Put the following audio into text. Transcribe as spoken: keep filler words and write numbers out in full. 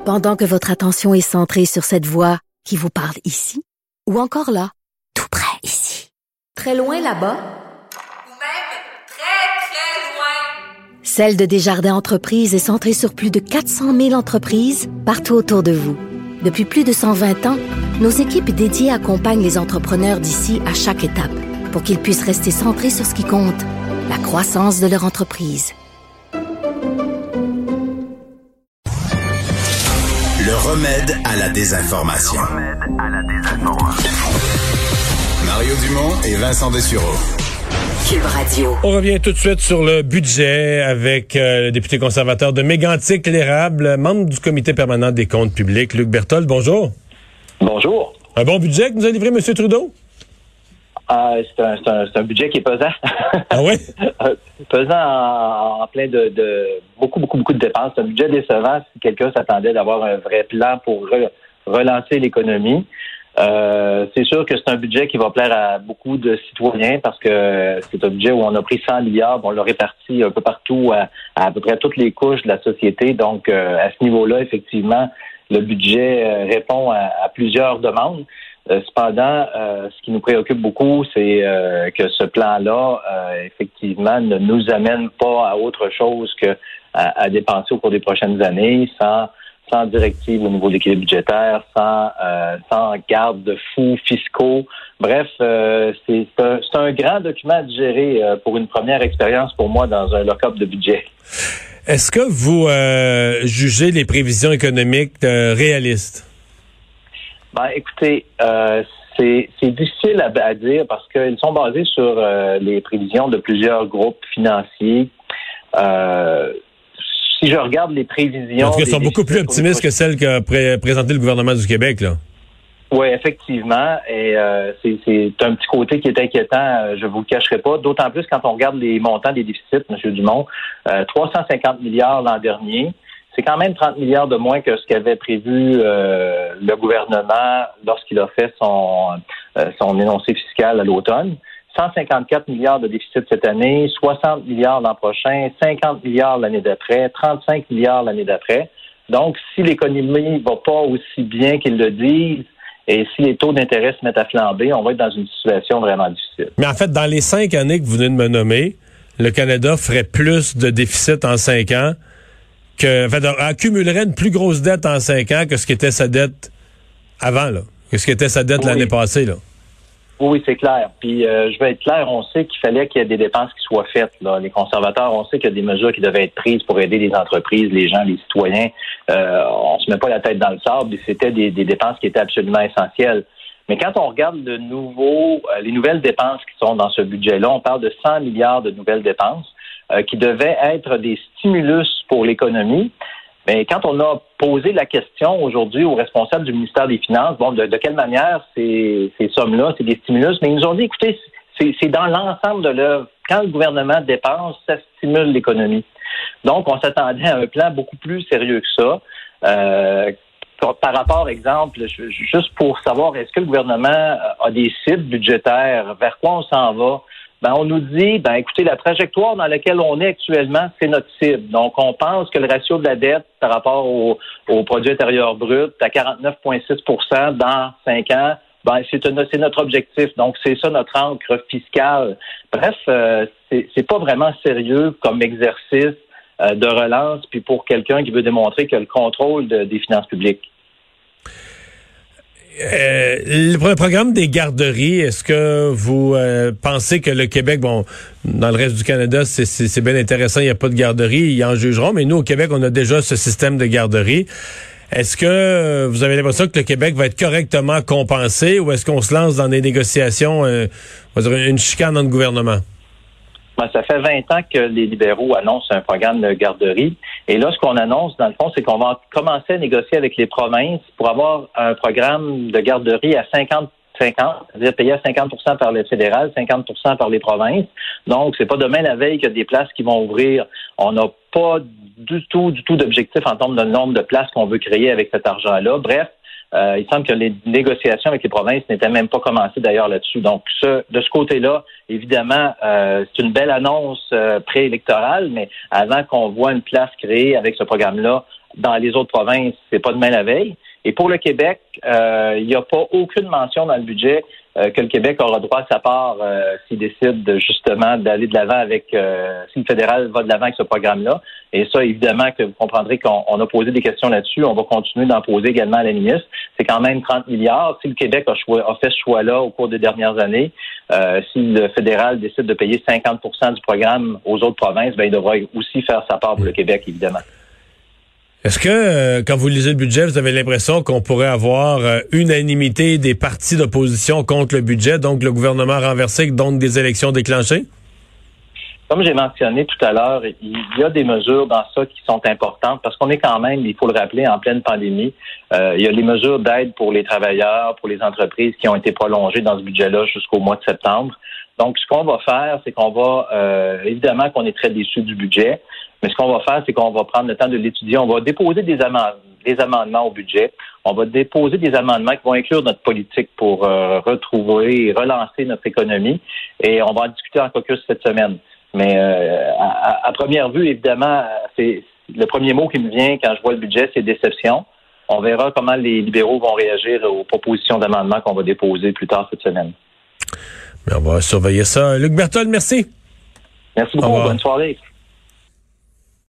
Pendant que votre attention est centrée sur cette voix qui vous parle ici, ou encore là, tout près ici, très loin là-bas, ou même très, très loin, Celle de Desjardins Entreprises est centrée sur plus de quatre cent mille entreprises partout autour de vous. Depuis plus de cent vingt ans, nos équipes dédiées accompagnent les entrepreneurs d'ici à chaque étape pour qu'ils puissent rester centrés sur ce qui compte, la croissance de leur entreprise. Le remède à la désinformation. Le remède à la désinformation. Mario Dumont et Vincent Dessureau. Cube Radio. On revient tout de suite sur le budget avec euh, le député conservateur de Mégantic-l'Érable, membre du comité permanent des comptes publics, Luc Berthold. Bonjour. Bonjour. Un bon budget que nous a livré M. Trudeau? Euh, c'est, un, c'est, un, c'est un budget qui est pesant. Ah oui? pesant en, en plein de, de beaucoup, beaucoup, beaucoup de dépenses. C'est un budget décevant si quelqu'un s'attendait d'avoir un vrai plan pour re, relancer l'économie. Euh, c'est sûr que c'est un budget qui va plaire à beaucoup de citoyens parce que c'est un budget où on a pris cent milliards, on l'a réparti un peu partout à, à, à peu près toutes les couches de la société. Donc, euh, à ce niveau-là, effectivement, le budget euh, répond à, à plusieurs demandes. Euh, cependant, euh, ce qui nous préoccupe beaucoup, c'est euh, que ce plan-là, euh, effectivement, ne nous amène pas à autre chose que à, à dépenser au cours des prochaines années sans sans directive au niveau de l'équilibre budgétaire, sans euh, sans garde-fous fiscaux. Bref, euh, c'est, c'est, un, c'est un grand document à digérer euh, pour une première expérience pour moi dans un lock-up de budget. Est-ce que vous euh, jugez les prévisions économiques euh, réalistes? Ben, écoutez, euh, c'est, c'est difficile à, à dire parce qu'ils sont basés sur euh, les prévisions de plusieurs groupes financiers. Euh, Si je regarde les prévisions... En tout cas, elles sont beaucoup plus optimistes que celles qu'a pré- présenté le gouvernement du Québec, là. Oui, effectivement. Et euh, c'est, c'est un petit côté qui est inquiétant, je vous le cacherai pas. D'autant plus quand on regarde les montants des déficits, M. Dumont. Euh, trois cent cinquante milliards l'an dernier. C'est quand même trente milliards de moins que ce qu'avait prévu euh, le gouvernement lorsqu'il a fait son, euh, son énoncé fiscal à l'automne. cent cinquante-quatre milliards de déficit cette année, soixante milliards l'an prochain, cinquante milliards l'année d'après, trente-cinq milliards l'année d'après. Donc, si l'économie ne va pas aussi bien qu'ils le disent et si les taux d'intérêt se mettent à flamber, on va être dans une situation vraiment difficile. Mais en fait, dans les cinq années que vous venez de me nommer, le Canada ferait plus de déficit en cinq ans, que, en fait, accumulerait une plus grosse dette en cinq ans que ce qu'était sa dette avant, là, que ce qu'était sa dette oui. l'année passée, là. Oui, c'est clair. Puis, euh, je vais être clair, on sait qu'il fallait qu'il y ait des dépenses qui soient faites, là. Les conservateurs, on sait qu'il y a des mesures qui devaient être prises pour aider les entreprises, les gens, les citoyens. Euh, on se met pas la tête dans le sable. C'était des, des dépenses qui étaient absolument essentielles. Mais quand on regarde de nouveau, euh, les nouvelles dépenses qui sont dans ce budget-là, on parle de cent milliards de nouvelles dépenses euh, qui devaient être des stimulus pour l'économie. Mais quand on a posé la question aujourd'hui aux responsables du ministère des Finances, bon, de, de quelle manière ces, ces sommes-là, c'est des stimulus, mais ils nous ont dit, écoutez, c'est, c'est dans l'ensemble de l'œuvre. Quand le gouvernement dépense, ça stimule l'économie. Donc, on s'attendait à un plan beaucoup plus sérieux que ça. Euh, par rapport, exemple, juste pour savoir, est-ce que le gouvernement a des cibles budgétaires, vers quoi on s'en va? Ben, on nous dit, ben, écoutez, la trajectoire dans laquelle on est actuellement, c'est notre cible. Donc, on pense que le ratio de la dette par rapport au, au produit intérieur brut à quarante-neuf virgule six pour cent dans cinq ans, ben, c'est, un, c'est notre objectif. Donc, c'est ça notre encre fiscale. Bref, euh, c'est, c'est pas vraiment sérieux comme exercice euh, de relance, puis pour quelqu'un qui veut démontrer qu'il a le contrôle de, des finances publiques. Euh, le programme des garderies, est-ce que vous euh, pensez que le Québec, bon, dans le reste du Canada, c'est, c'est, c'est bien intéressant, il n'y a pas de garderie, ils en jugeront, mais nous, au Québec, on a déjà ce système de garderie. Est-ce que vous avez l'impression que le Québec va être correctement compensé ou est-ce qu'on se lance dans des négociations, euh, on va dire une chicane dans le gouvernement? Ben, ça fait vingt ans que les libéraux annoncent un programme de garderie. Et là, ce qu'on annonce, dans le fond, c'est qu'on va commencer à négocier avec les provinces pour avoir un programme de garderie à cinquante cinquante, c'est-à-dire payé à cinquante pour cent par le fédéral, cinquante pour cent par les provinces. Donc, c'est pas demain la veille qu'il y a des places qui vont ouvrir. On n'a pas du tout, du tout d'objectif en termes de nombre de places qu'on veut créer avec cet argent-là. Bref, Euh, il semble que les négociations avec les provinces n'étaient même pas commencées d'ailleurs là-dessus. Donc, ce, de ce côté-là, évidemment, euh, c'est une belle annonce euh, préélectorale, mais avant qu'on voit une place créée avec ce programme-là, Dans les autres provinces, c'est pas demain la veille. Et pour le Québec, euh, il n'y a pas aucune mention dans le budget euh, que le Québec aura droit à sa part euh, s'il décide de, justement d'aller de l'avant avec, euh, si le fédéral va de l'avant avec ce programme-là. Et ça, évidemment, que vous comprendrez qu'on on a posé des questions là-dessus. On va continuer d'en poser également à la ministre. C'est quand même trente milliards. Si le Québec a, choix, a fait ce choix-là au cours des dernières années, euh, si le fédéral décide de payer cinquante pour cent du programme aux autres provinces, ben il devra aussi faire sa part pour le Québec, évidemment. Est-ce que, euh, quand vous lisez le budget, vous avez l'impression qu'on pourrait avoir euh, unanimité des partis d'opposition contre le budget, donc le gouvernement renversé, donc des élections déclenchées? Comme j'ai mentionné tout à l'heure, il y a des mesures dans ça qui sont importantes parce qu'on est quand même, il faut le rappeler, en pleine pandémie. Euh, il y a les mesures d'aide pour les travailleurs, pour les entreprises qui ont été prolongées dans ce budget-là jusqu'au mois de septembre. Donc, ce qu'on va faire, c'est qu'on va, euh, évidemment qu'on est très déçus du budget, mais ce qu'on va faire, c'est qu'on va prendre le temps de l'étudier. On va déposer des, amend- des amendements au budget. On va déposer des amendements qui vont inclure notre politique pour euh, retrouver et relancer notre économie. Et on va en discuter en caucus cette semaine. Mais euh, à, à première vue, évidemment, c'est le premier mot qui me vient quand je vois le budget, c'est déception. On verra comment les libéraux vont réagir aux propositions d'amendement qu'on va déposer plus tard cette semaine. Mais on va surveiller ça. Luc Berthold, merci. Merci beaucoup. Bonne soirée.